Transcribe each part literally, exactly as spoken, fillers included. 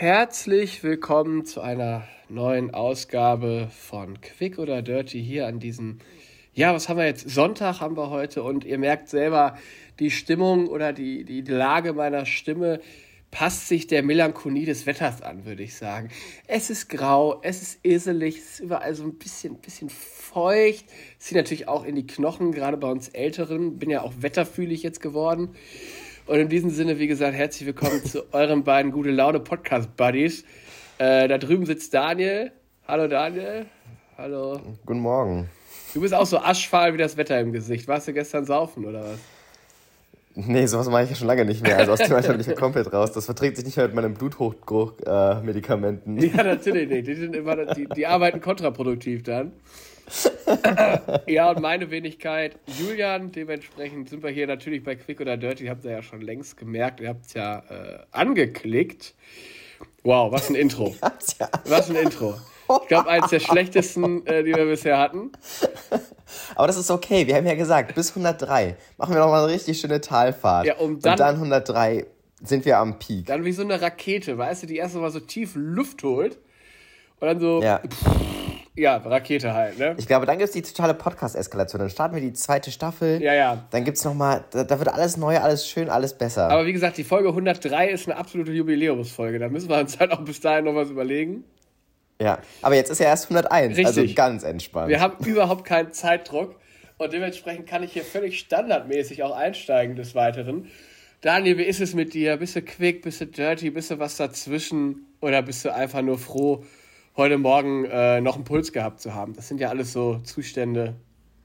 Herzlich willkommen zu einer neuen Ausgabe von Quick oder Dirty hier an diesem, ja, was haben wir jetzt? Sonntag haben wir heute und ihr merkt selber, die Stimmung oder die, die Lage meiner Stimme passt sich der Melancholie des Wetters an, würde ich sagen. Es ist grau, es ist iselig, es ist überall so ein bisschen, bisschen feucht. Es zieht natürlich auch in die Knochen, gerade bei uns Älteren. Bin ja auch wetterfühlig jetzt geworden. Und in diesem Sinne, wie gesagt, herzlich willkommen zu euren beiden Gute-Laune-Podcast-Buddies. Äh, da drüben sitzt Daniel. Hallo Daniel. Hallo. Guten Morgen. Du bist auch so aschfahl wie das Wetter im Gesicht. Warst du gestern saufen, oder was? Nee, sowas mache ich ja schon lange nicht mehr. Also aus dem Alter bin ich ja komplett raus. Das verträgt sich nicht mehr mit meinen Bluthochdruck-Medikamenten. Äh, ja, natürlich nicht. Die, sind immer, die, die arbeiten kontraproduktiv dann. Ja, und meine Wenigkeit, Julian, dementsprechend sind wir hier natürlich bei Quick oder Dirty, habt ihr ja schon längst gemerkt, ihr habt es ja äh, angeklickt. Wow, was ein Intro. Ja. Was ein Intro. Ich glaube, eins der schlechtesten, äh, die wir bisher hatten. Aber das ist okay, wir haben ja gesagt, bis hundertdrei machen wir nochmal eine richtig schöne Talfahrt. Ja, um dann, und dann hundertdrei sind wir am Peak. Dann wie so eine Rakete, weißt du, die erst mal so tief Luft holt und dann so... Ja. Pff, ja, Rakete halt, ne? Ich glaube, dann gibt es die totale Podcast-Eskalation. Dann starten wir die zweite Staffel. Ja, ja. Dann gibt es nochmal, da, da wird alles neu, alles schön, alles besser. Aber wie gesagt, die Folge hundertdrei ist eine absolute Jubiläumsfolge. Da müssen wir uns halt auch bis dahin noch was überlegen. Ja, aber jetzt ist ja erst hunderteins, Richtig. Also ganz entspannt. Wir haben überhaupt keinen Zeitdruck und dementsprechend kann ich hier völlig standardmäßig auch einsteigen des Weiteren. Daniel, wie ist es mit dir? Bist du quick, bist du dirty, bist du was dazwischen oder bist du einfach nur froh, heute Morgen äh, noch einen Puls gehabt zu haben? Das sind ja alles so Zustände.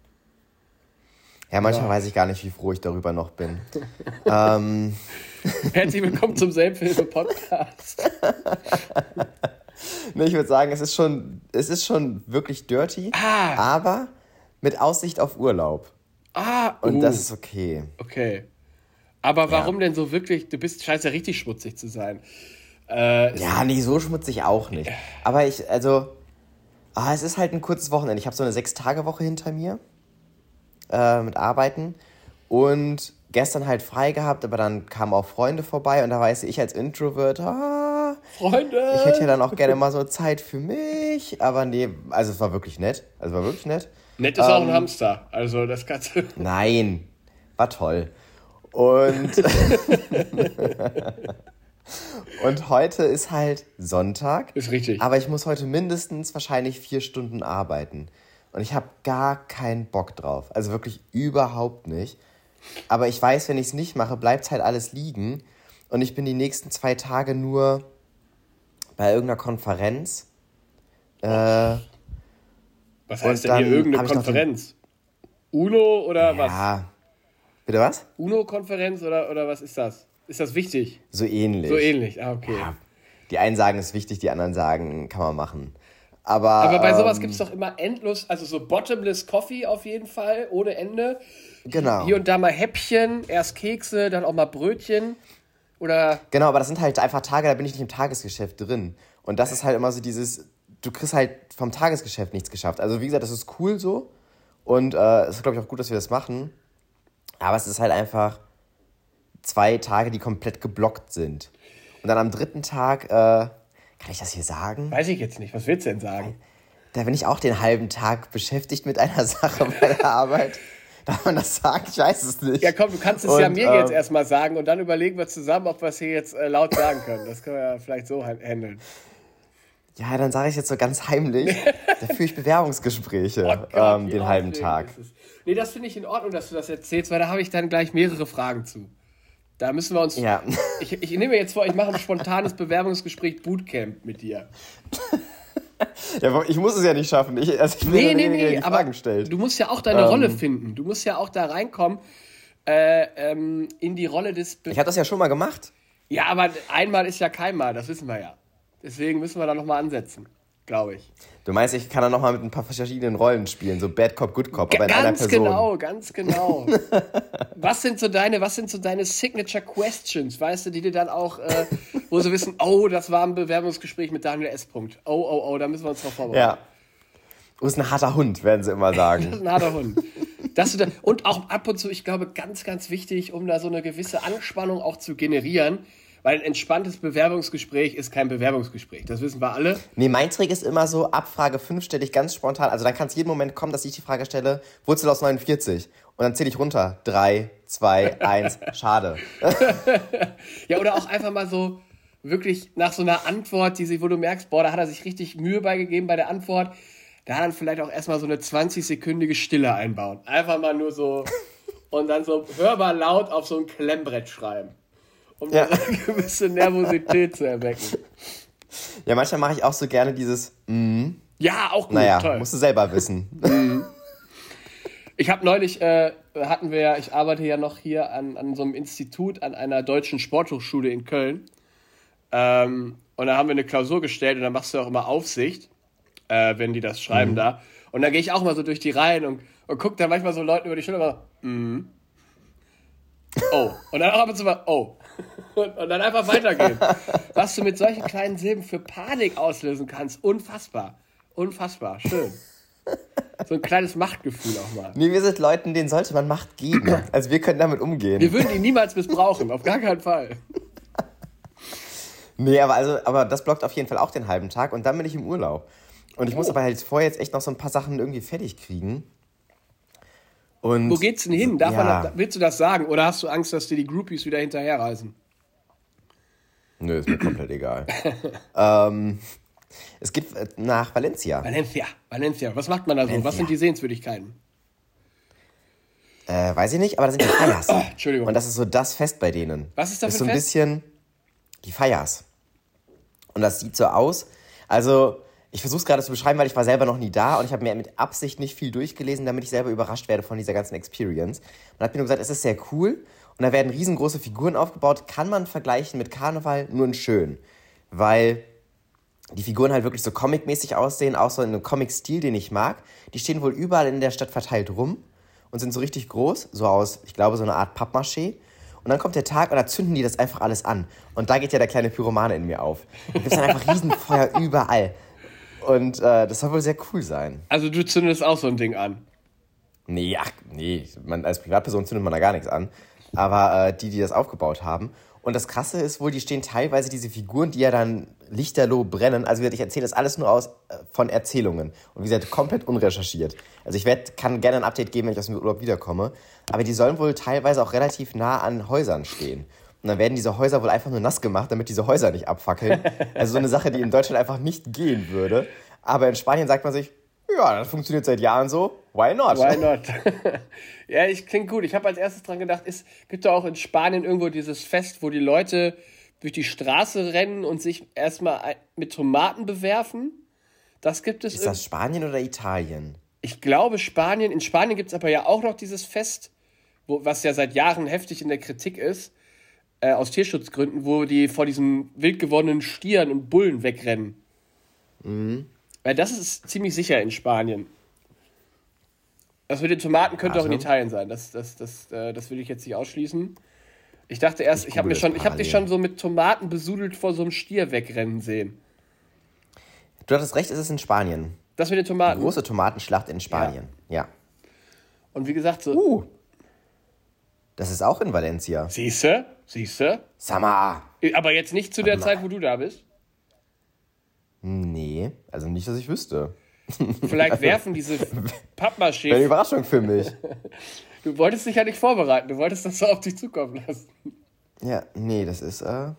Ja, manchmal ja. weiß ich gar nicht, wie froh ich darüber noch bin. ähm. Herzlich willkommen zum Selbsthilfe-Podcast. Ne, ich würde sagen, es ist schon, es ist schon wirklich dirty, ah. aber mit Aussicht auf Urlaub. Ah, Und uh. das ist okay. Okay. Aber warum ja. denn so wirklich, du bist scheinst ja richtig schmutzig zu sein. Äh, ja, nee, so schmutzig auch nicht. Aber ich, also, ah, es ist halt ein kurzes Wochenende. Ich habe so eine Sechs-Tage-Woche hinter mir äh, mit Arbeiten und gestern halt frei gehabt, aber dann kamen auch Freunde vorbei und da weiß ich als Introvert, ah, Freunde! Ich hätte ja dann auch gerne mal so Zeit für mich, aber nee, also es war wirklich nett. Also war wirklich nett. Nett ist ähm, auch ein Hamster, also das kannst du... Nein, war toll. Und... Und heute ist halt Sonntag. Ist richtig. Aber ich muss heute mindestens wahrscheinlich vier Stunden arbeiten. Und ich habe gar keinen Bock drauf. Also wirklich überhaupt nicht. Aber ich weiß, wenn ich es nicht mache, bleibt halt alles liegen. Und ich bin die nächsten zwei Tage nur bei irgendeiner Konferenz. Äh, was heißt denn hier irgendeine Konferenz? Den... UNO oder ja. was? Ja. Bitte was? UNO-Konferenz oder, oder was ist das? Ist das wichtig? So ähnlich. So ähnlich, ah, okay. Ja. Die einen sagen, es ist wichtig, die anderen sagen, kann man machen. Aber, Aber bei sowas ähm, gibt es doch immer endlos, also so Bottomless Coffee auf jeden Fall, ohne Ende. Genau. Hier und da mal Häppchen, erst Kekse, dann auch mal Brötchen. Oder genau, aber das sind halt einfach Tage, da bin ich nicht im Tagesgeschäft drin. Und das ist halt immer so dieses, du kriegst halt vom Tagesgeschäft nichts geschafft. Also wie gesagt, das ist cool so. Und äh, es ist, glaube ich, auch gut, dass wir das machen. Aber es ist halt einfach zwei Tage, die komplett geblockt sind. Und dann am dritten Tag, äh, kann ich das hier sagen? Weiß ich jetzt nicht. Was willst du denn sagen? Da bin ich auch den halben Tag beschäftigt mit einer Sache bei der Arbeit. Darf man das sagen? Ich weiß es nicht. Ja komm, du kannst es und, ja mir ähm, jetzt erstmal sagen und dann überlegen wir zusammen, ob wir es hier jetzt äh, laut sagen können. Das können wir ja vielleicht so handeln. Ja, dann sage ich jetzt so ganz heimlich. Da führe ich Bewerbungsgespräche oh Gott, ähm, den halben Tag. Nee, das finde ich in Ordnung, dass du das erzählst, weil da habe ich dann gleich mehrere Fragen zu. Da müssen wir uns... Ja. Ich, ich nehme mir jetzt vor, ich mache ein spontanes Bewerbungsgespräch Bootcamp mit dir. Ja, ich muss es ja nicht schaffen. Ich, also ich bin nee, ja nee, nee, nee, die aber Fragen stellt. Du musst ja auch deine ähm, Rolle finden. Du musst ja auch da reinkommen äh, ähm, in die Rolle des... Be- ich habe das ja schon mal gemacht. Ja, aber einmal ist ja kein Mal, das wissen wir ja. Deswegen müssen wir da nochmal ansetzen, glaube ich. Du meinst, ich kann da nochmal mit ein paar verschiedenen Rollen spielen, so Bad Cop, Good Cop, G- aber in einer Person. Ganz genau, ganz genau. was sind so deine, was sind so deine Signature Questions, weißt du, die dir dann auch, äh, wo sie wissen, oh, das war ein Bewerbungsgespräch mit Daniel S. Oh, oh, oh, da müssen wir uns drauf vorbereiten. Ja. Du bist ein harter Hund, werden sie immer sagen. Das ist ein harter Hund. Dass du da, und auch ab und zu, ich glaube, ganz, ganz wichtig, um da so eine gewisse Anspannung auch zu generieren, Weil ein entspanntes Bewerbungsgespräch ist kein Bewerbungsgespräch. Das wissen wir alle. Nee, mein Trick ist immer so, ab Frage fünf stelle ich ganz spontan, also dann kann es jeden Moment kommen, dass ich die Frage stelle, Wurzel aus neunundvierzig. Und dann zähle ich runter. drei, zwei, eins, schade. Ja, oder auch einfach mal so wirklich nach so einer Antwort, die sich, wo du merkst, boah, da hat er sich richtig Mühe beigegeben bei der Antwort, da dann vielleicht auch erstmal so eine zwanzig-sekündige Stille einbauen. Einfach mal nur so und dann so hörbar laut auf so ein Klemmbrett schreiben. Um ja. eine gewisse Nervosität zu erwecken. Ja, manchmal mache ich auch so gerne dieses mm. Ja, auch gut, naja, toll. Musst du selber wissen. Mhm. Ich habe neulich, äh, hatten wir ja, ich arbeite ja noch hier an, an so einem Institut, an einer deutschen Sporthochschule in Köln. Ähm, und da haben wir eine Klausur gestellt und dann machst du auch immer Aufsicht, äh, wenn die das schreiben mhm. da. Und dann gehe ich auch mal so durch die Reihen und, und gucke dann manchmal so Leuten über die Schulter und mm. Oh. Und dann auch ab und zu mal, oh. Und, und dann einfach weitergehen. Was du mit solchen kleinen Silben für Panik auslösen kannst, unfassbar. Unfassbar, schön. So ein kleines Machtgefühl auch mal. Nee, wir sind Leuten, denen sollte man Macht geben. Also wir können damit umgehen. Wir würden ihn niemals missbrauchen, auf gar keinen Fall. Nee, aber, also, aber das blockt auf jeden Fall auch den halben Tag und dann bin ich im Urlaub. Und ich oh. muss aber halt vorher jetzt echt noch so ein paar Sachen irgendwie fertig kriegen. Und wo geht's denn hin? Darf ja. man, willst du das sagen? Oder hast du Angst, dass dir die Groupies wieder hinterherreisen? Nö, ist mir komplett egal. ähm, es geht nach Valencia. Valencia, Valencia. Was macht man da so? Valencia. Was sind die Sehenswürdigkeiten? Äh, weiß ich nicht, aber das sind die Feiers. Oh, Entschuldigung. Und das ist so das Fest bei denen. Was ist das für ein so ein Fest? bisschen die Feiers. Und das sieht so aus, also ich versuche es gerade zu beschreiben, weil ich war selber noch nie da und ich habe mir mit Absicht nicht viel durchgelesen, damit ich selber überrascht werde von dieser ganzen Experience. Und habe mir nur gesagt, es ist sehr cool und da werden riesengroße Figuren aufgebaut, kann man vergleichen mit Karneval, nur in schön. Weil die Figuren halt wirklich so comic-mäßig aussehen, auch so in einem Comic-Stil, den ich mag. Die stehen wohl überall in der Stadt verteilt rum und sind so richtig groß, so aus, ich glaube, so eine Art Pappmaché. Und dann kommt der Tag und da zünden die das einfach alles an. Und da geht ja der kleine Pyromane in mir auf. Da gibt es dann einfach Riesenfeuer überall. Und äh, das soll wohl sehr cool sein. Also du zündest auch so ein Ding an? Nee, ach, nee. Man, als Privatperson zündet man da gar nichts an. Aber äh, die, die das aufgebaut haben. Und das Krasse ist wohl, die stehen teilweise, diese Figuren, die ja dann lichterloh brennen. Also wie gesagt, ich erzähle das alles nur aus äh, von Erzählungen. Und wie gesagt, komplett unrecherchiert. Also ich werd, kann gerne ein Update geben, wenn ich aus dem Urlaub wiederkomme. Aber die sollen wohl teilweise auch relativ nah an Häusern stehen. Und dann werden diese Häuser wohl einfach nur nass gemacht, damit diese Häuser nicht abfackeln. Also so eine Sache, die in Deutschland einfach nicht gehen würde. Aber in Spanien sagt man sich, ja, das funktioniert seit Jahren so, why not? Why not? Ja, ich klingt gut. Ich habe als erstes dran gedacht, es gibt doch auch in Spanien irgendwo dieses Fest, wo die Leute durch die Straße rennen und sich erstmal mit Tomaten bewerfen. Das gibt es. Ist das Spanien oder Italien? Ich glaube Spanien. In Spanien gibt es aber ja auch noch dieses Fest, wo, was ja seit Jahren heftig in der Kritik ist, äh, aus Tierschutzgründen, wo die vor diesen wild gewordenen Stieren und Bullen wegrennen. Mhm. Weil das ist ziemlich sicher in Spanien. Das mit den Tomaten könnte Warte. auch in Italien sein. Das, das, das, äh, das will ich jetzt nicht ausschließen. Ich dachte erst, ich, ich habe hab dich schon so mit Tomaten besudelt vor so einem Stier wegrennen sehen. Du hattest recht, es ist in Spanien. Das mit den Tomaten? Eine große Tomatenschlacht in Spanien, ja. ja. Und wie gesagt, so... Uh, das ist auch in Valencia. Siehste? Siehste? Sama. Aber jetzt nicht zu der Aber Zeit, wo du da bist? Nee, also nicht, dass ich wüsste. Vielleicht werfen diese Pappmaché... Wäre eine Überraschung für mich. Du wolltest dich ja nicht vorbereiten, du wolltest das so auf dich zukommen lassen. Ja, nee, das ist... Äh...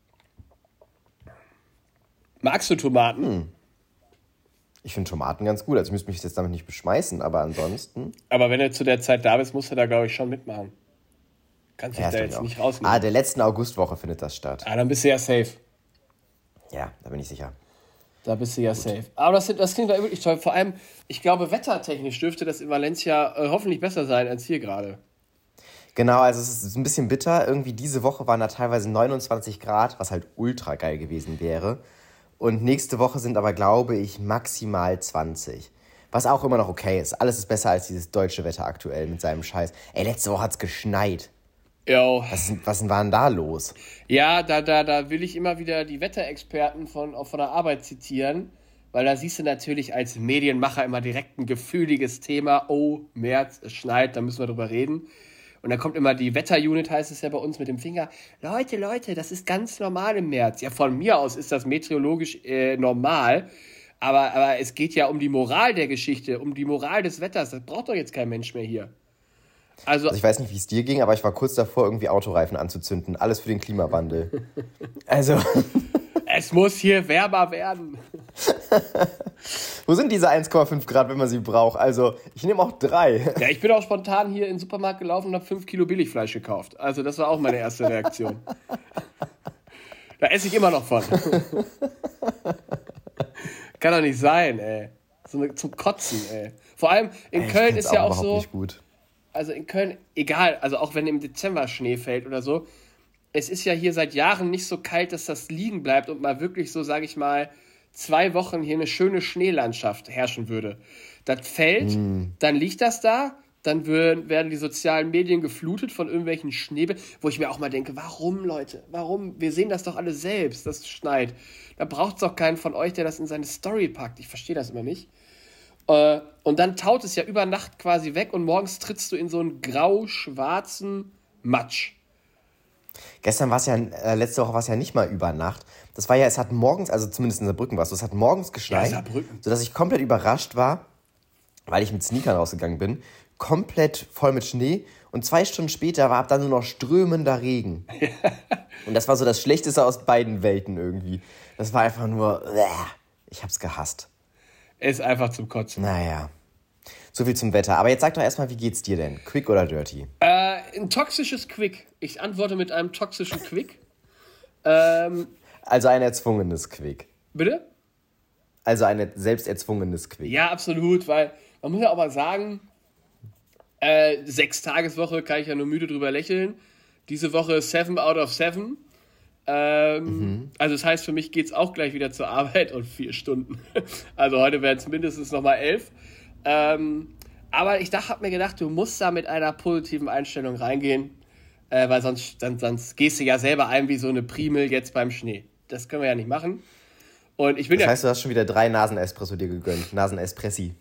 Magst du Tomaten? Hm. Ich finde Tomaten ganz gut, also ich müsste mich jetzt damit nicht beschmeißen, aber ansonsten... Aber wenn du zu der Zeit da bist, musst du da, glaube ich, schon mitmachen. Kannst dich ja, da jetzt nicht rausnehmen. Ah, der letzten Augustwoche findet das statt. Ah, dann bist du ja safe. Ja, da bin ich sicher. Da bist du ja Gut. safe. Aber das, das klingt wirklich toll. Vor allem, ich glaube, wettertechnisch dürfte das in Valencia äh, hoffentlich besser sein als hier gerade. Genau, also es ist ein bisschen bitter. Irgendwie diese Woche waren da teilweise neunundzwanzig Grad, was halt ultra geil gewesen wäre. Und nächste Woche sind aber, glaube ich, maximal zwanzig. Was auch immer noch okay ist. Alles ist besser als dieses deutsche Wetter aktuell mit seinem Scheiß. Ey, letzte Woche hat's geschneit. Jo. Was, was war denn da los? Ja, da, da, da will ich immer wieder die Wetterexperten von, auch von der Arbeit zitieren, weil da siehst du natürlich als Medienmacher immer direkt ein gefühliges Thema. Oh, März, es schneit, da müssen wir drüber reden. Und dann kommt immer die Wetterunit, heißt es ja bei uns, mit dem Finger. Leute, Leute, das ist ganz normal im März. Ja, von mir aus ist das meteorologisch äh, normal. Aber, aber es geht ja um die Moral der Geschichte, um die Moral des Wetters. Das braucht doch jetzt kein Mensch mehr hier. Also, also ich weiß nicht, wie es dir ging, aber ich war kurz davor, irgendwie Autoreifen anzuzünden. Alles für den Klimawandel. Also... Es muss hier wärmer werden. Wo sind diese eins Komma fünf Grad, wenn man sie braucht? Also, ich nehme auch drei. Ja, ich bin auch spontan hier in den Supermarkt gelaufen und habe fünf Kilo Billigfleisch gekauft. Also, das war auch meine erste Reaktion. Da esse ich immer noch von. Kann doch nicht sein, ey. So eine, zum Kotzen, ey. Vor allem in ey, Köln ist ja auch so... Nicht gut. Also in Köln, egal, also auch wenn im Dezember Schnee fällt oder so, es ist ja hier seit Jahren nicht so kalt, dass das liegen bleibt und mal wirklich so, sage ich mal, zwei Wochen hier eine schöne Schneelandschaft herrschen würde. Das fällt, mm. dann liegt das da, dann werden die sozialen Medien geflutet von irgendwelchen Schneebällen, wo ich mir auch mal denke, warum, Leute, warum? Wir sehen das doch alle selbst, dass es schneit. Da braucht es doch keinen von euch, der das in seine Story packt. Ich verstehe das immer nicht. Äh, und dann taut es ja über Nacht quasi weg und morgens trittst du in so einen grau-schwarzen Matsch. Gestern war es ja, äh, letzte Woche war es ja nicht mal über Nacht. Das war ja, es hat morgens, also zumindest in Saarbrücken war es so, es hat morgens geschneit, ja, sodass ich komplett überrascht war, weil ich mit Sneakern rausgegangen bin, komplett voll mit Schnee und zwei Stunden später war ab dann nur noch strömender Regen. Und das war so das Schlechteste aus beiden Welten irgendwie. Das war einfach nur, ich hab's gehasst. Ist einfach zum Kotzen. Naja. So viel zum Wetter. Aber jetzt sag doch erstmal, wie geht's dir denn? Quick oder dirty? Äh, ein toxisches Quick. Ich antworte mit einem toxischen Quick. ähm, also ein erzwungenes Quick. Bitte? Also ein selbst erzwungenes Quick. Ja, absolut, weil man muss ja auch mal sagen, äh, Sechstageswoche kann ich ja nur müde drüber lächeln. Diese Woche seven out of seven. Ähm, mhm. Also das heißt, für mich geht's auch gleich wieder zur Arbeit und vier Stunden. Also heute werden es mindestens nochmal elf. Ähm, aber ich habe mir gedacht, du musst da mit einer positiven Einstellung reingehen, äh, weil sonst, dann, sonst gehst du ja selber ein wie so eine Primel jetzt beim Schnee. Das können wir ja nicht machen. Und ich bin das ja, heißt, du hast schon wieder drei Nasenespresso dir gegönnt. Nasenespressi.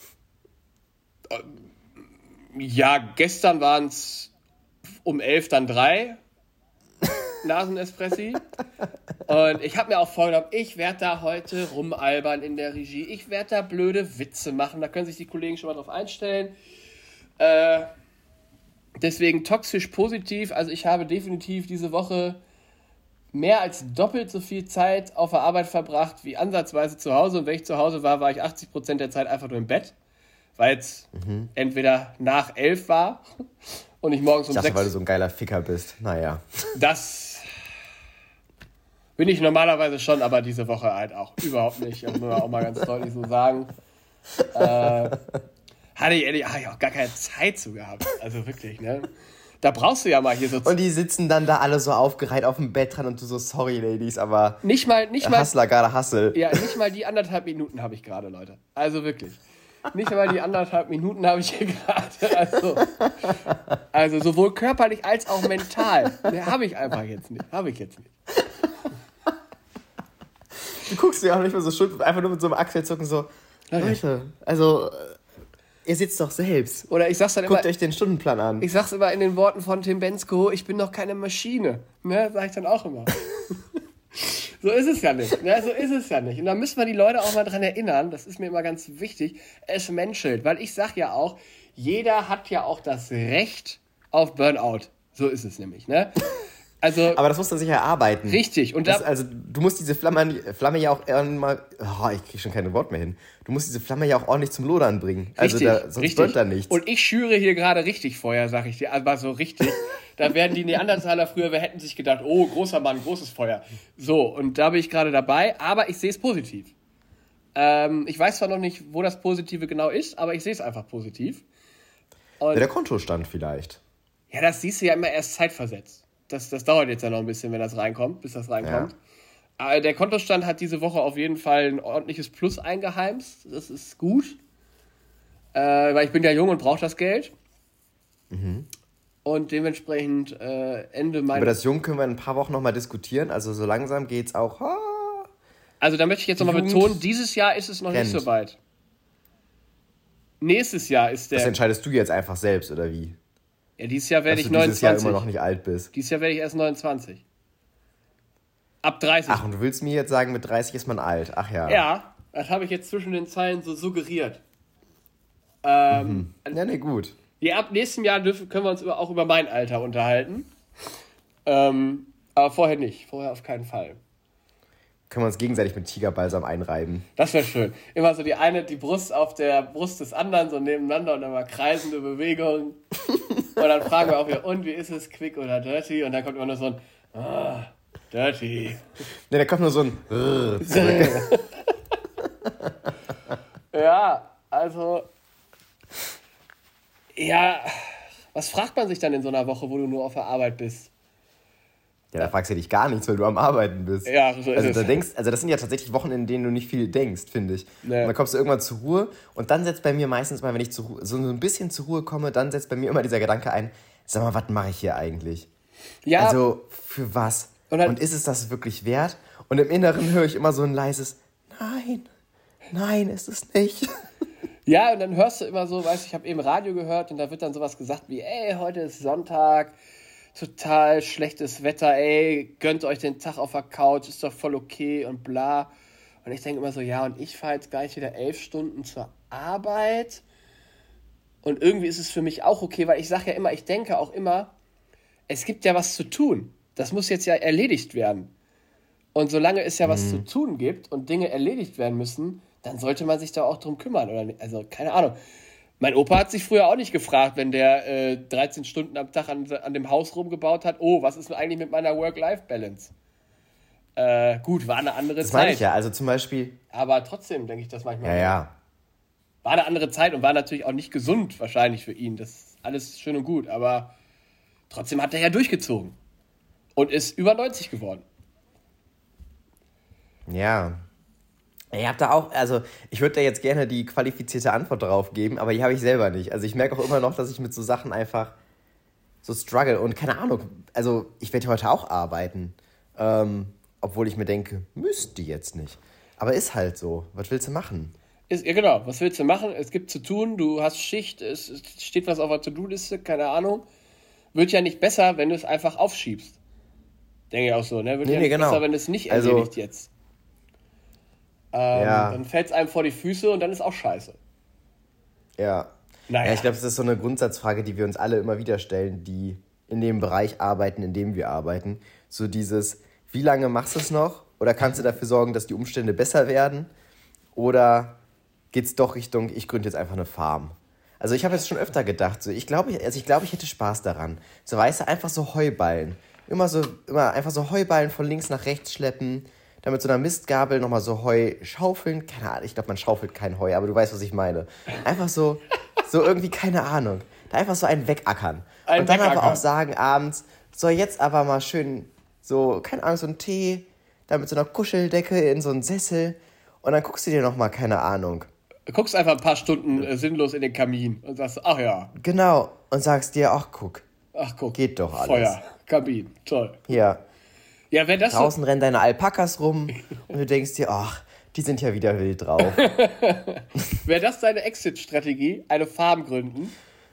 Ja, gestern waren es um elf dann drei Nasenespressi. Und ich habe mir auch vorgenommen, ich werde da heute rumalbern in der Regie. Ich werde da blöde Witze machen. Da können sich die Kollegen schon mal drauf einstellen. Äh, deswegen toxisch positiv. Also ich habe definitiv diese Woche mehr als doppelt so viel Zeit auf der Arbeit verbracht wie ansatzweise zu Hause. Und wenn ich zu Hause war, war ich achtzig Prozent der Zeit einfach nur im Bett. Weil es mhm. entweder nach elf war und ich morgens um ich dachte, sechs... weil du so ein geiler Ficker bist. Naja. Das... bin ich normalerweise schon, aber diese Woche halt auch überhaupt nicht. Das muss man auch mal ganz deutlich so sagen. Äh, hatte ich ehrlich, hatte ich auch gar keine Zeit zu gehabt. Also wirklich, ne? Da brauchst du ja mal hier so... Und die sitzen dann da alle so aufgereiht auf dem Bett dran und du so, sorry, Ladies, aber... Nicht mal... Nicht mal Hustler, gerade Hustle. Ja, nicht mal die anderthalb Minuten habe ich gerade, Leute. Also wirklich. Nicht mal die anderthalb Minuten habe ich hier gerade. Also, also sowohl körperlich als auch mental. Ne, habe ich einfach jetzt nicht. Habe ich jetzt nicht. Du guckst dir auch nicht mehr so schuld, einfach nur mit so einem Achselzucken so, Leute, also, ihr sitzt doch selbst. Oder ich sag's dann Guckt immer, euch den Stundenplan an. Ich sag's immer in den Worten von Tim Bensko, ich bin doch keine Maschine. Ne, sag ich dann auch immer. So ist es ja nicht. Ne, so ist es ja nicht. Und da müssen wir die Leute auch mal dran erinnern, das ist mir immer ganz wichtig, es menschelt. Weil ich sag ja auch, jeder hat ja auch das Recht auf Burnout. So ist es nämlich, ne? Also, aber das muss man sich erarbeiten. Richtig. Und das, da, also du musst diese Flamme, Flamme ja auch mal... Oh, ich krieg schon kein Wort mehr hin. Du musst diese Flamme ja auch ordentlich zum Lodern bringen. Also richtig, da, sonst richtig. brennt da nichts. Und ich schüre hier gerade richtig Feuer, sag ich dir. Aber so richtig. Da werden die Neandertaler früher, wir hätten sich gedacht, oh, großer Mann, großes Feuer. So, und da bin ich gerade dabei. Aber ich sehe es positiv. Ähm, ich weiß zwar noch nicht, wo das Positive genau ist, aber ich sehe es einfach positiv. Und ja, der Kontostand vielleicht. Ja, das siehst du ja immer erst zeitversetzt. Das, das dauert jetzt ja noch ein bisschen, wenn das reinkommt, bis das reinkommt. Ja. Aber der Kontostand hat diese Woche auf jeden Fall ein ordentliches Plus eingeheimst. Das ist gut. Äh, weil ich bin ja jung und brauche das Geld. Mhm. Und dementsprechend äh, Ende meiner... Über das Jung können wir in ein paar Wochen nochmal diskutieren. Also so langsam geht's auch... Oh, also da möchte ich jetzt nochmal betonen, dieses Jahr ist es noch rennt. nicht so weit. Nächstes Jahr ist der... Das entscheidest du jetzt einfach selbst, oder wie? Ja, dieses Jahr werde dass ich du dieses Jahr neunundzwanzig. immer noch nicht alt bist. Dieses Jahr werde ich erst neunundzwanzig. Ab dreißig. Ach, und du willst mir jetzt sagen, mit dreißig ist man alt? Ach ja. Ja, das habe ich jetzt zwischen den Zeilen so suggeriert. Ähm, mhm. Ja, ne, gut. Ja, ab nächstem Jahr dürfen, können wir uns über, auch über mein Alter unterhalten. Ähm, aber vorher nicht. Vorher auf keinen Fall. Können wir uns gegenseitig mit Tigerbalsam einreiben. Das wäre schön. Immer so die eine, die Brust auf der Brust des anderen, so nebeneinander und dann mal kreisende Bewegungen. Und dann fragen wir auch wieder, und wie ist es, quick oder dirty? Und dann kommt immer nur so ein, ah, dirty. Ne, da kommt nur so ein zurück. Ja, also, ja, was fragt man sich dann in so einer Woche, wo du nur auf der Arbeit bist? Ja, da fragst du dich gar nichts, weil du am Arbeiten bist. Ja, so ist also, es. Da denkst, also das sind ja tatsächlich Wochen, in denen du nicht viel denkst, finde ich. Nee. Und dann kommst du irgendwann zur Ruhe und dann setzt bei mir meistens mal, wenn ich zu, Ru- so ein bisschen zur Ruhe komme, dann setzt bei mir immer dieser Gedanke ein, sag mal, was mache ich hier eigentlich? Ja. Also, für was? Und, Und, dann, ist es das wirklich wert? Und im Inneren höre ich immer so ein leises Nein, nein, ist es nicht. ja, und dann hörst du immer so, weißt du, ich habe eben Radio gehört und da wird dann sowas gesagt wie, ey, heute ist Sonntag, total schlechtes Wetter, ey, gönnt euch den Tag auf der Couch, ist doch voll okay und bla. Und ich denke immer so, ja, und ich fahre jetzt gleich wieder elf Stunden zur Arbeit und irgendwie ist es für mich auch okay, weil ich sage ja immer, ich denke auch immer, es gibt ja was zu tun. Das muss jetzt ja erledigt werden. Und solange es ja was Mhm. zu tun gibt und Dinge erledigt werden müssen, dann sollte man sich da auch drum kümmern. Oder nicht? Also, keine Ahnung. Mein Opa hat sich früher auch nicht gefragt, wenn der äh, dreizehn Stunden am Tag an, an dem Haus rumgebaut hat, oh, was ist denn eigentlich mit meiner Work-Life-Balance? Äh, gut, war eine andere Das Zeit. meine ich ja, also zum Beispiel, Aber trotzdem denke ich das manchmal. ja, ja, War eine andere Zeit und war natürlich auch nicht gesund wahrscheinlich für ihn. Das ist alles schön und gut, aber trotzdem hat er ja durchgezogen. Und ist über neunzig geworden. ja. Ich habe da auch, also ich würde da jetzt gerne die qualifizierte Antwort drauf geben, aber die habe ich selber nicht. Also ich merke auch immer noch, dass ich mit so Sachen einfach so struggle und keine Ahnung, also ich werde heute auch arbeiten, ähm, obwohl ich mir denke, müsste jetzt nicht. Aber ist halt so, was willst du machen? Ist, ja genau, was willst du machen? Es gibt zu tun, du hast Schicht, es, es steht was auf der To-Do-Liste, keine Ahnung. Wird ja nicht besser, wenn du es einfach aufschiebst. Denke ich auch so, ne? Wird Nee, ja nee, nicht genau. besser, wenn du es nicht Also- erledigt jetzt. Ähm, Ja. Dann fällt es einem vor die Füße und dann ist auch scheiße. Ja. Naja. Ja, ich glaube, das ist so eine Grundsatzfrage, die wir uns alle immer wieder stellen, die in dem Bereich arbeiten, in dem wir arbeiten. So dieses, wie lange machst du es noch? Oder kannst du dafür sorgen, dass die Umstände besser werden? Oder geht es doch Richtung, ich gründe jetzt einfach eine Farm? Also ich habe jetzt schon öfter gedacht, so ich glaube, also ich glaube, ich hätte Spaß daran. So weißt du, einfach so Heuballen. Immer so, immer einfach so Heuballen von links nach rechts schleppen, dann mit so einer Mistgabel nochmal so Heu schaufeln. Keine Ahnung, ich glaube, man schaufelt kein Heu, aber du weißt, was ich meine. Einfach so, so irgendwie, keine Ahnung. Da einfach so einen wegackern. Ein Und dann aber Wegackern. auch sagen abends, so jetzt aber mal schön, so, keine Ahnung, so einen Tee, dann mit so einer Kuscheldecke in so einen Sessel und dann guckst du dir nochmal, keine Ahnung. Du guckst einfach ein paar Stunden äh, sinnlos in den Kamin und sagst, ach ja, Genau, und sagst dir, ach guck, ach guck, geht doch alles. Feuer, Kamin, toll. Hier, Ja, wenn das so, draußen rennen deine Alpakas rum und du denkst dir, ach, die sind ja wieder wild drauf. wäre das deine Exit-Strategie, eine Farm gründen?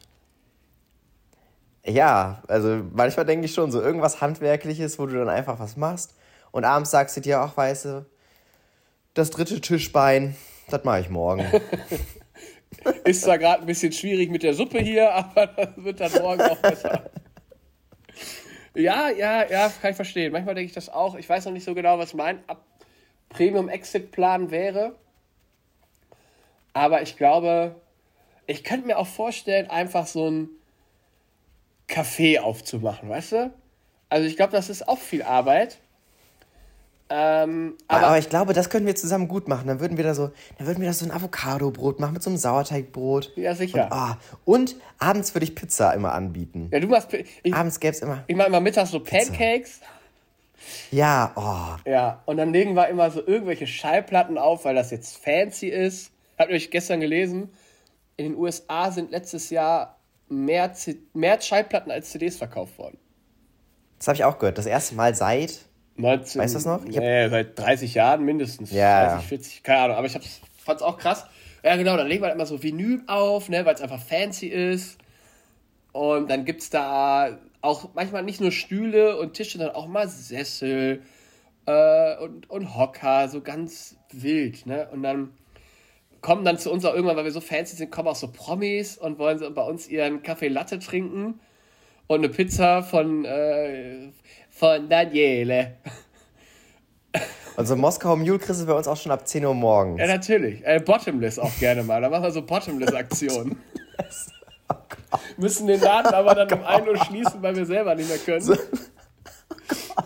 Ja, also manchmal denke ich schon so irgendwas Handwerkliches, wo du dann einfach was machst und abends sagst du dir, ach weißt du, das dritte Tischbein, das mache ich morgen. Ist zwar gerade ein bisschen schwierig mit der Suppe hier, aber das wird dann morgen auch besser. Ja, ja, ja, kann ich verstehen. Manchmal denke ich das auch. Ich weiß noch nicht so genau, was mein Ab- Premium-Exit-Plan wäre. Aber ich glaube, ich könnte mir auch vorstellen, einfach so ein Café aufzumachen, weißt du? Also ich glaube, das ist auch viel Arbeit. Ähm, Aber, aber ich glaube, das können wir zusammen gut machen. Dann würden wir da so, dann würden wir da so ein Avocado-Brot machen mit so einem Sauerteigbrot. ja, sicher. Und, ah, und abends würde ich Pizza immer anbieten. Ja, du machst. Ich, Abends gäbe es immer, ich mache immer mittags so Pancakes. ja, oh, Ja, und dann legen wir immer so irgendwelche Schallplatten auf, weil das jetzt fancy ist. Habt ihr euch gestern gelesen? In den U S A sind letztes Jahr mehr, C- mehr Schallplatten als C Ds verkauft worden. das habe ich auch gehört. Das erste Mal seit, neunzehn, Weißt du das noch? Ich hab- Nee, seit dreißig Jahren mindestens. Ja. dreißig, vierzig, keine Ahnung. Aber ich fand es auch krass. Ja, genau, dann legen wir halt immer so Vinyl auf, ne, weil es einfach fancy ist. Und dann gibt es da auch manchmal nicht nur Stühle und Tische, sondern auch mal Sessel äh, und, und Hocker, so ganz wild. Ne? Und dann kommen dann zu uns auch irgendwann, weil wir so fancy sind, kommen auch so Promis und wollen so bei uns ihren Kaffee Latte trinken und eine Pizza von, äh, von Daniele. Und so Moskauer Mule kriegst du bei uns auch schon ab zehn Uhr morgens. Ja, natürlich. Äh, Bottomless auch gerne mal. Da machen wir so Bottomless-Aktionen. Oh Gott. Müssen den Laden aber dann um ein Uhr schließen, weil wir selber nicht mehr können. So. Oh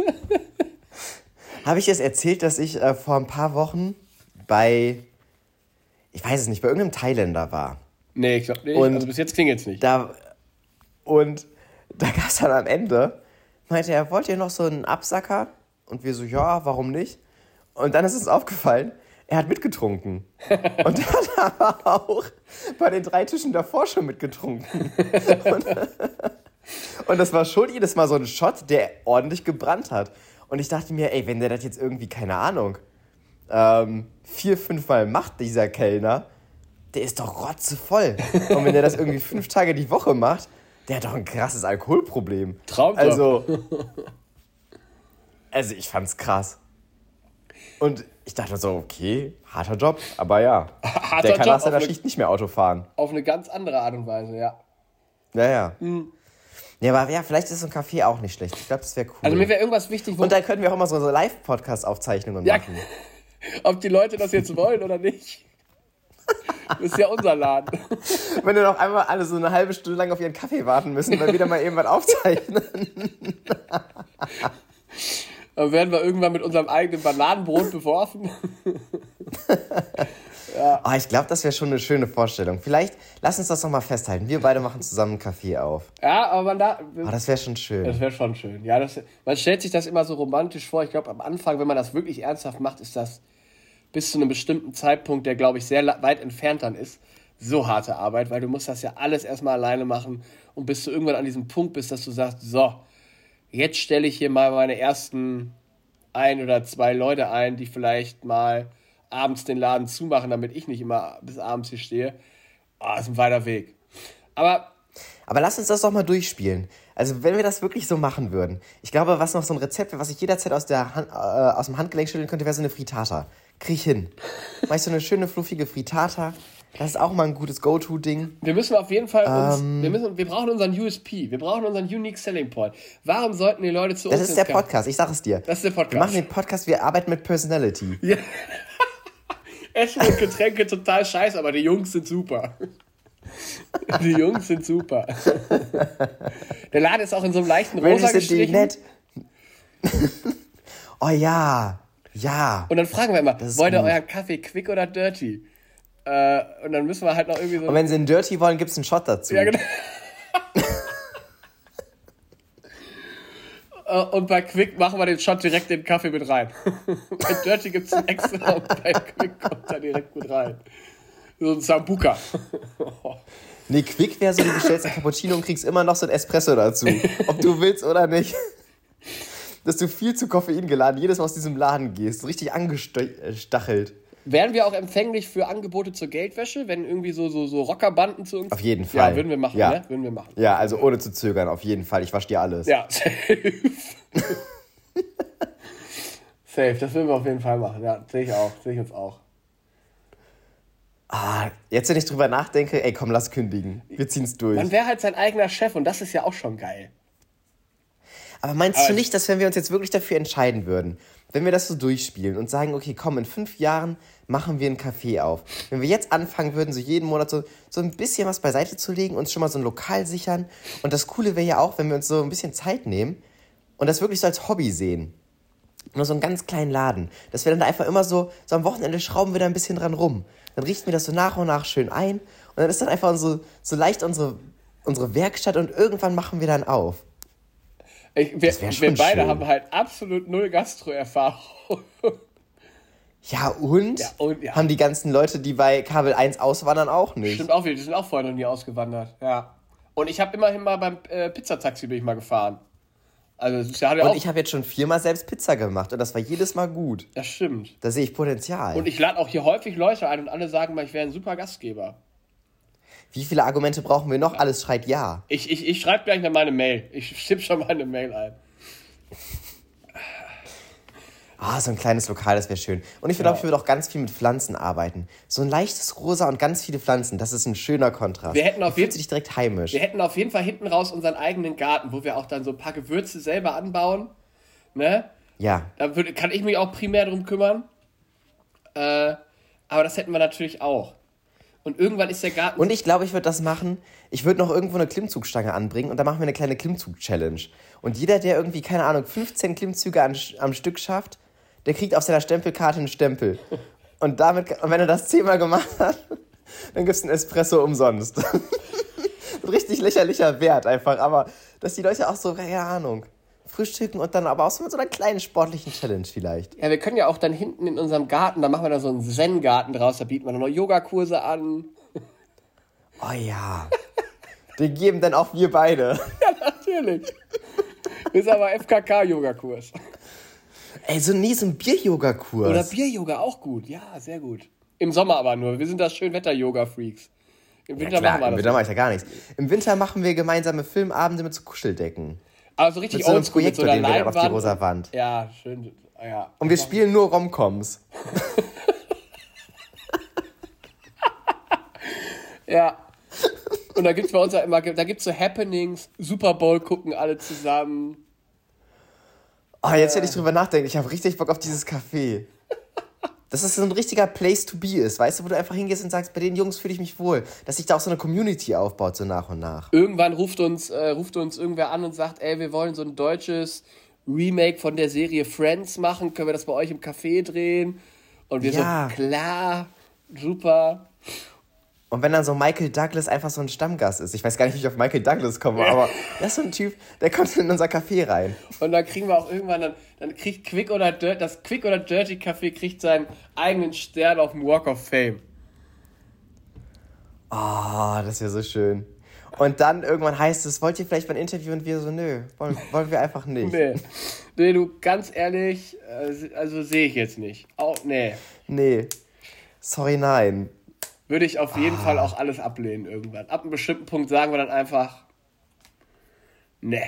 Habe ich jetzt erzählt, dass ich äh, vor ein paar Wochen bei, ich weiß es nicht, bei irgendeinem Thailänder war? Nee, ich glaube nicht. Und also bis jetzt klingt es nicht. Da, und da gab es dann am Ende, meinte er, wollt ihr noch so einen Absacker? Und wir so, ja, warum nicht? Und dann ist uns aufgefallen, er hat mitgetrunken. Und er hat aber auch bei den drei Tischen davor schon mitgetrunken. Und, und das war schon jedes Mal so ein Shot, der ordentlich gebrannt hat. Und ich dachte mir, ey, wenn der das jetzt irgendwie, keine Ahnung, ähm, vier, fünf Mal macht, dieser Kellner, der ist doch rotzevoll. Und wenn der das irgendwie fünf Tage die Woche macht, der hat doch ein krasses Alkoholproblem. Traumjob. Also, also ich fand's krass. Und ich dachte so, okay, harter Job, aber ja. Harter der kann Job nach seiner auf Schicht nicht mehr Auto fahren. Auf eine ganz andere Art und Weise, ja. Naja. Mhm. Ja, aber ja, vielleicht ist so ein Café auch nicht schlecht. Ich glaube, das wäre cool. Also mir wäre irgendwas wichtig, wo... Und dann könnten wir auch immer so, so Live-Podcast-Aufzeichnungen ja, machen. Ob die Leute das jetzt wollen oder nicht. Das ist ja unser Laden. Wenn wir noch einmal alle so eine halbe Stunde lang auf ihren Kaffee warten müssen, weil wir wieder mal irgendwann aufzeichnen. Dann werden wir irgendwann mit unserem eigenen Bananenbrot beworfen. Ja. Oh, ich glaube, das wäre schon eine schöne Vorstellung. Vielleicht, lass uns das noch mal festhalten. Wir beide machen zusammen einen Kaffee auf. Ja, aber man da... Oh, das wäre schon schön. Das wäre schon schön. Ja, das, man stellt sich das immer so romantisch vor. Ich glaube, am Anfang, wenn man das wirklich ernsthaft macht, ist das bis zu einem bestimmten Zeitpunkt, der, glaube ich, sehr weit entfernt dann ist, so harte Arbeit, weil du musst das ja alles erstmal alleine machen und bis du irgendwann an diesem Punkt bist, dass du sagst, so, jetzt stelle ich hier mal meine ersten ein oder zwei Leute ein, die vielleicht mal abends den Laden zumachen, damit ich nicht immer bis abends hier stehe. Oh, das ist ein weiter Weg. Aber... Aber lass uns das doch mal durchspielen. Also wenn wir das wirklich so machen würden. Ich glaube, was noch so ein Rezept wäre, was ich jederzeit aus, der Hand, äh, aus dem Handgelenk schütteln könnte, wäre so eine Frittata. Krieg ich hin. Mach ich so eine schöne, fluffige Frittata. Das ist auch mal ein gutes Go-To-Ding. Wir müssen auf jeden Fall uns, ähm, wir, müssen, wir brauchen unseren U S P. Wir brauchen unseren Unique Selling Point. Warum sollten die Leute zu das uns... Das ist der Podcast, ich sag es dir. Das ist der Podcast. Wir machen den Podcast, wir arbeiten mit Personality. Ja. Essen und Getränke total scheiße, aber die Jungs sind super. Die Jungs sind super. Der Laden ist auch in so einem leichten Rosa sind gestrichen. Die nett. Oh ja, ja. Und dann fragen wir immer, wollt ihr gut. euren Kaffee quick oder dirty? Äh, und dann müssen wir halt noch irgendwie so... Und wenn sie einen Dirty wollen, gibt es einen Shot dazu. Ja, genau. Und bei Quick machen wir den Shot direkt in den Kaffee mit rein. Bei Dirty gibt es einen extra und bei Quick kommt er direkt mit rein. So ein Sambuca. Nee, Quick wäre so, du bestellst einen Cappuccino und kriegst immer noch so ein Espresso dazu. Ob du willst oder nicht. Dass du viel zu Koffein geladen jedes Mal aus diesem Laden gehst. So richtig angestachelt. Wären wir auch empfänglich für Angebote zur Geldwäsche, wenn irgendwie so, so, so Rockerbanden zu uns... Auf jeden Fall. Ja, würden wir machen, ja. ne? Würden wir machen. Ja, also ohne zu zögern, auf jeden Fall. Ich wasche dir alles. Ja, safe. Safe, das würden wir auf jeden Fall machen. Ja, sehe ich auch, sehe ich uns auch. Ah, jetzt, wenn ich drüber nachdenke, ey, komm, lass kündigen. Wir ziehen's durch. Man wäre halt sein eigener Chef und das ist ja auch schon geil. Aber meinst Aber du nicht, dass wenn wir uns jetzt wirklich dafür entscheiden würden, wenn wir das so durchspielen und sagen, okay, komm, in fünf Jahren machen wir einen Café auf. Wenn wir jetzt anfangen würden, so jeden Monat so, so ein bisschen was beiseite zu legen, uns schon mal so ein Lokal sichern. Und das Coole wäre ja auch, wenn wir uns so ein bisschen Zeit nehmen und das wirklich so als Hobby sehen. Nur so einen ganz kleinen Laden. Dass wir dann da einfach immer so, so am Wochenende schrauben wir da ein bisschen dran rum. Dann richten wir das so nach und nach schön ein. Und dann ist dann einfach so, so leicht unsere, unsere Werkstatt und irgendwann machen wir dann auf. Ich, wir, wir beide schön. Haben halt absolut null Gastro-Erfahrung. Ja und? Ja, und ja. Haben die ganzen Leute, die bei Kabel eins auswandern, auch nicht. Stimmt auch wieder, die sind auch vorher noch nie ausgewandert. Ja. Und ich habe immerhin mal beim äh, Pizzataxi bin ich mal gefahren. Also das ist ja, ja und auch... ich habe jetzt schon viermal selbst Pizza gemacht und das war jedes Mal gut. Das stimmt. Da sehe ich Potenzial. Und ich lade auch hier häufig Leute ein und alle sagen mal, ich wäre ein super Gastgeber. Wie viele Argumente brauchen wir noch? Alles schreit ja. Ich, ich, ich schreibe gleich noch mal eine Mail. Ich schieb schon mal eine Mail ein. Ah, so ein kleines Lokal, das wäre schön. Und ich glaube, ja. ich würde auch ganz viel mit Pflanzen arbeiten. So ein leichtes Rosa und ganz viele Pflanzen, das ist ein schöner Kontrast. Wir hätten auf jeden, du dich direkt heimisch. Wir hätten auf jeden Fall hinten raus unseren eigenen Garten, wo wir auch dann so ein paar Gewürze selber anbauen. Ne? Ja. Da würde, kann ich mich auch primär drum kümmern. Äh, aber das hätten wir natürlich auch. Und irgendwann ist der Garten... Und ich glaube, ich würde das machen, ich würde noch irgendwo eine Klimmzugstange anbringen und dann machen wir eine kleine Klimmzug-Challenge. Und jeder, der irgendwie, keine Ahnung, fünfzehn Klimmzüge an, am Stück schafft, der kriegt auf seiner Stempelkarte einen Stempel. Und damit, und wenn er das zehnmal gemacht hat, dann gibt es einen Espresso umsonst. Richtig lächerlicher Wert einfach, aber dass die Leute auch so, keine Ahnung, frühstücken und dann aber auch so mit so einer kleinen sportlichen Challenge vielleicht. Ja, wir können ja auch dann hinten in unserem Garten, da machen wir da so einen Zen-Garten draus, da bieten wir dann noch Yogakurse an. Oh ja. Den geben dann auch wir beide. Ja, natürlich. Das ist aber F K K-Yogakurs. Ey, so nie so ein Bier-Yoga-Kurs. Oder Bier-Yoga, auch gut. Ja, sehr gut. Im Sommer aber nur. Wir sind da schön Wetter-Yoga-Freaks. Im Winter ja, klar, machen wir das. Im Winter mache ich ja gar nichts. Im Winter machen wir gemeinsame Filmabende mit so Kuscheldecken. Aber so richtig mit so einem oldschool, mit Projektor, so einer den wir dann auf die Leinwand. rosa Wand. Ja, schön. Ja. Und wir spielen nur Romcoms. Ja. Und da gibt es bei uns ja immer, da gibt's so Happenings, Super Bowl gucken alle zusammen. Oh, jetzt wenn ich drüber nachdenke, ich habe richtig Bock auf dieses Café. Dass das so ein richtiger Place to be ist, weißt du, wo du einfach hingehst und sagst, bei den Jungs fühle ich mich wohl. Dass sich da auch so eine Community aufbaut, so nach und nach. Irgendwann ruft uns, äh, ruft uns irgendwer an und sagt, ey, wir wollen so ein deutsches Remake von der Serie Friends machen, können wir das bei euch im Café drehen? Und wir ja. so, klar, super. Und wenn dann so Michael Douglas einfach so ein Stammgast ist, ich weiß gar nicht, wie ich auf Michael Douglas komme, ja. aber das ist so ein Typ, der kommt in unser Café rein. Und dann kriegen wir auch irgendwann, dann, dann kriegt Quick oder Dirty, das Quick oder Dirty Café kriegt seinen eigenen Stern auf dem Walk of Fame. Oh, das wäre so schön. Und dann irgendwann heißt es, wollt ihr vielleicht mal ein Interview? Und wir so, nö, wollen, wollen wir einfach nicht. Nee. Nee, du, ganz ehrlich, also sehe ich jetzt nicht. Auch, nee. Nee. Sorry, nein. Würde ich auf jeden ah. Fall auch alles ablehnen irgendwann. Ab einem bestimmten Punkt sagen wir dann einfach, nee.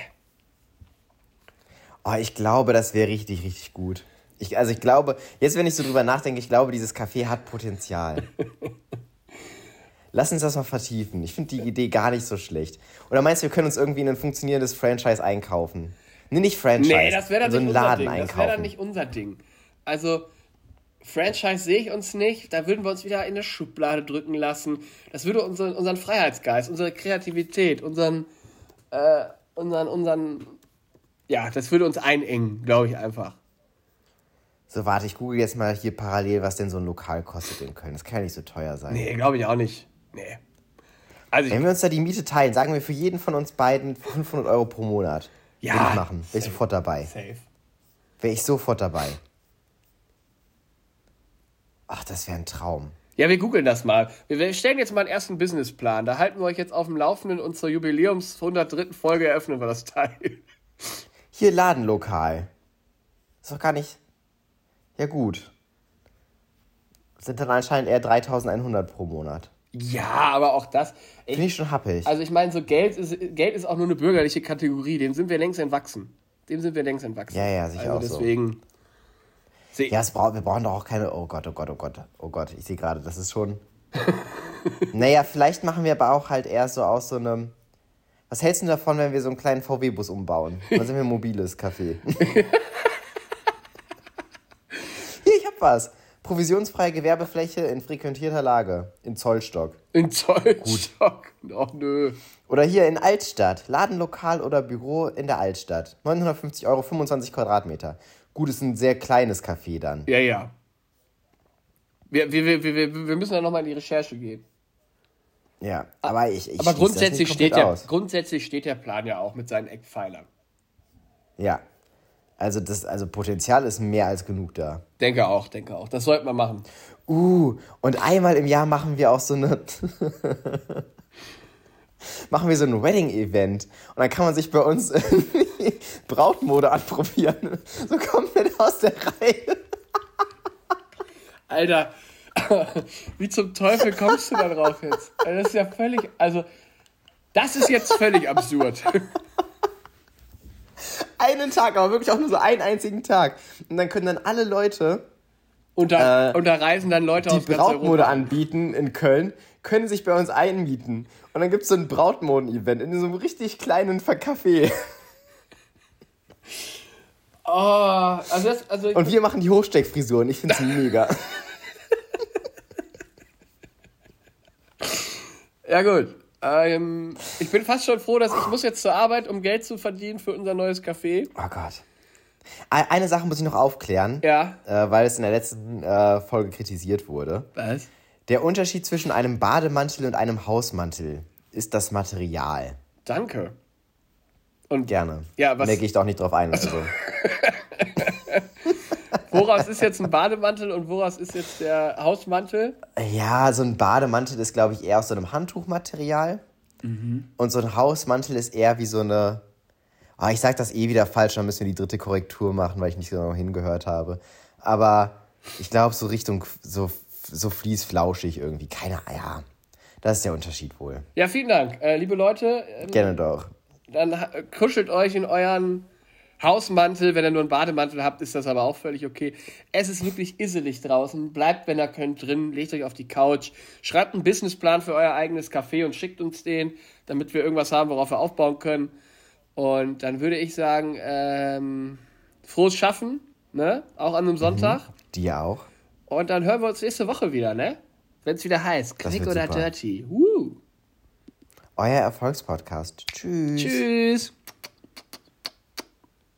Oh, ich glaube, das wäre richtig, richtig gut. Ich, also ich glaube, jetzt wenn ich so drüber nachdenke, ich glaube, dieses Café hat Potenzial. Lass uns das mal vertiefen. Ich finde die Idee gar nicht so schlecht. Oder meinst du, wir können uns irgendwie in ein funktionierendes Franchise einkaufen? Nee, nicht Franchise. Nee, das wäre dann so nicht einen unser Laden Ding. einkaufen. Das wäre dann nicht unser Ding. Also, Franchise sehe ich uns nicht. Da würden wir uns wieder in eine Schublade drücken lassen. Das würde unseren, unseren Freiheitsgeist, unsere Kreativität, unseren, äh, unseren, unseren, ja, das würde uns einengen, glaube ich einfach. So, warte, ich google jetzt mal hier parallel, was denn so ein Lokal kostet in Köln. Das kann ja nicht so teuer sein. Nee, glaube ich auch nicht. Nee. Also Wenn wir uns da die Miete teilen, sagen wir für jeden von uns beiden fünfhundert Euro pro Monat. Ja. Würde ich machen. Wäre ich sofort dabei. Safe. Wäre ich sofort dabei. Ach, das wäre ein Traum. Ja, wir googeln das mal. Wir stellen jetzt mal einen ersten Businessplan. Da halten wir euch jetzt auf dem Laufenden und zur Jubiläums hundertdritten Folge eröffnen wir das Teil. Hier Ladenlokal. Ist doch gar nicht... Ja gut. Sind dann anscheinend eher dreitausendeinhundert pro Monat. Ja, aber auch das... Finde ich schon happig. Also ich meine, so Geld ist, Geld ist auch nur eine bürgerliche Kategorie. Dem sind wir längst entwachsen. Dem sind wir längst entwachsen. Ja, ja, sicher also auch deswegen... so. Ja, es bra- wir brauchen doch auch keine... Oh Gott, oh Gott, oh Gott. Oh Gott, ich sehe gerade, das ist schon... Naja, vielleicht machen wir aber auch halt eher so aus so einem... Was hältst du davon, wenn wir so einen kleinen V W-Bus umbauen? Dann sind wir ein mobiles Café. Hier, ich hab was. Provisionsfreie Gewerbefläche in frequentierter Lage. In Zollstock. In Zollstock? Ach nö. Oder hier in Altstadt. Ladenlokal oder Büro in der Altstadt. neunhundertfünfzig Euro, fünfundzwanzig Quadratmeter. Gut, ist ein sehr kleines Café dann. Ja, ja. Wir, wir, wir, wir, wir müssen da nochmal in die Recherche gehen. Ja, aber ich, ich Aber schließe das grundsätzlich nicht steht, komplett ja, aus. grundsätzlich steht der Plan ja auch mit seinen Eckpfeilern. Ja. Also, das, also Potenzial ist mehr als genug da. Denke auch, denke auch. Das sollten wir machen. Uh, und einmal im Jahr machen wir auch so eine... machen wir so ein Wedding-Event. Und dann kann man sich bei uns Brautmode anprobieren. So komplett aus der Reihe. Alter, Wie zum Teufel kommst du da drauf jetzt? Das ist ja völlig, also, das ist jetzt völlig absurd. Einen Tag, aber wirklich auch nur so einen einzigen Tag. Und dann können dann alle Leute... Und da, äh, und da reisen dann Leute die aus ganz Europa. Die Brautmode anbieten in Köln, können sich bei uns einmieten. Und dann gibt es so ein Brautmoden-Event in so einem richtig kleinen Café. Oh, also das, also und wir machen die Hochsteckfrisuren. Ich finde es mega. Ja gut. Ähm, ich bin fast schon froh, dass ich muss jetzt zur Arbeit, um Geld zu verdienen für unser neues Café. Oh Gott. Eine Sache muss ich noch aufklären, ja. äh, weil es in der letzten äh, Folge kritisiert wurde. Was? Der Unterschied zwischen einem Bademantel und einem Hausmantel ist das Material. Danke. Und gerne. Ja, was? Mehr gehe ich doch nicht drauf ein. Also. Woraus ist jetzt ein Bademantel und woraus ist jetzt der Hausmantel? Ja, so ein Bademantel ist, glaube ich, eher aus so einem Handtuchmaterial. Mhm. Und so ein Hausmantel ist eher wie so eine... Oh, ich sage das eh wieder falsch, dann müssen wir die dritte Korrektur machen, weil ich nicht genau hingehört habe. Aber ich glaube, so Richtung so, so fließflauschig irgendwie. Keine Ahnung. Ja, das ist der Unterschied wohl. Ja, vielen Dank. Äh, liebe Leute. Ähm, Gerne doch. Dann äh, kuschelt euch in euren Hausmantel. Wenn ihr nur einen Bademantel habt, ist das aber auch völlig okay. Es ist wirklich isselig draußen. Bleibt, wenn ihr könnt, drin. Legt euch auf die Couch. Schreibt einen Businessplan für euer eigenes Café und schickt uns den, damit wir irgendwas haben, worauf wir aufbauen können. Und dann würde ich sagen, ähm, frohes Schaffen, ne? Auch an einem Sonntag. Mhm, dir auch. Und dann hören wir uns nächste Woche wieder, ne? Wenn es wieder heißt, Quick oder super. Dirty. Woo. Euer Erfolgspodcast. Tschüss. Tschüss.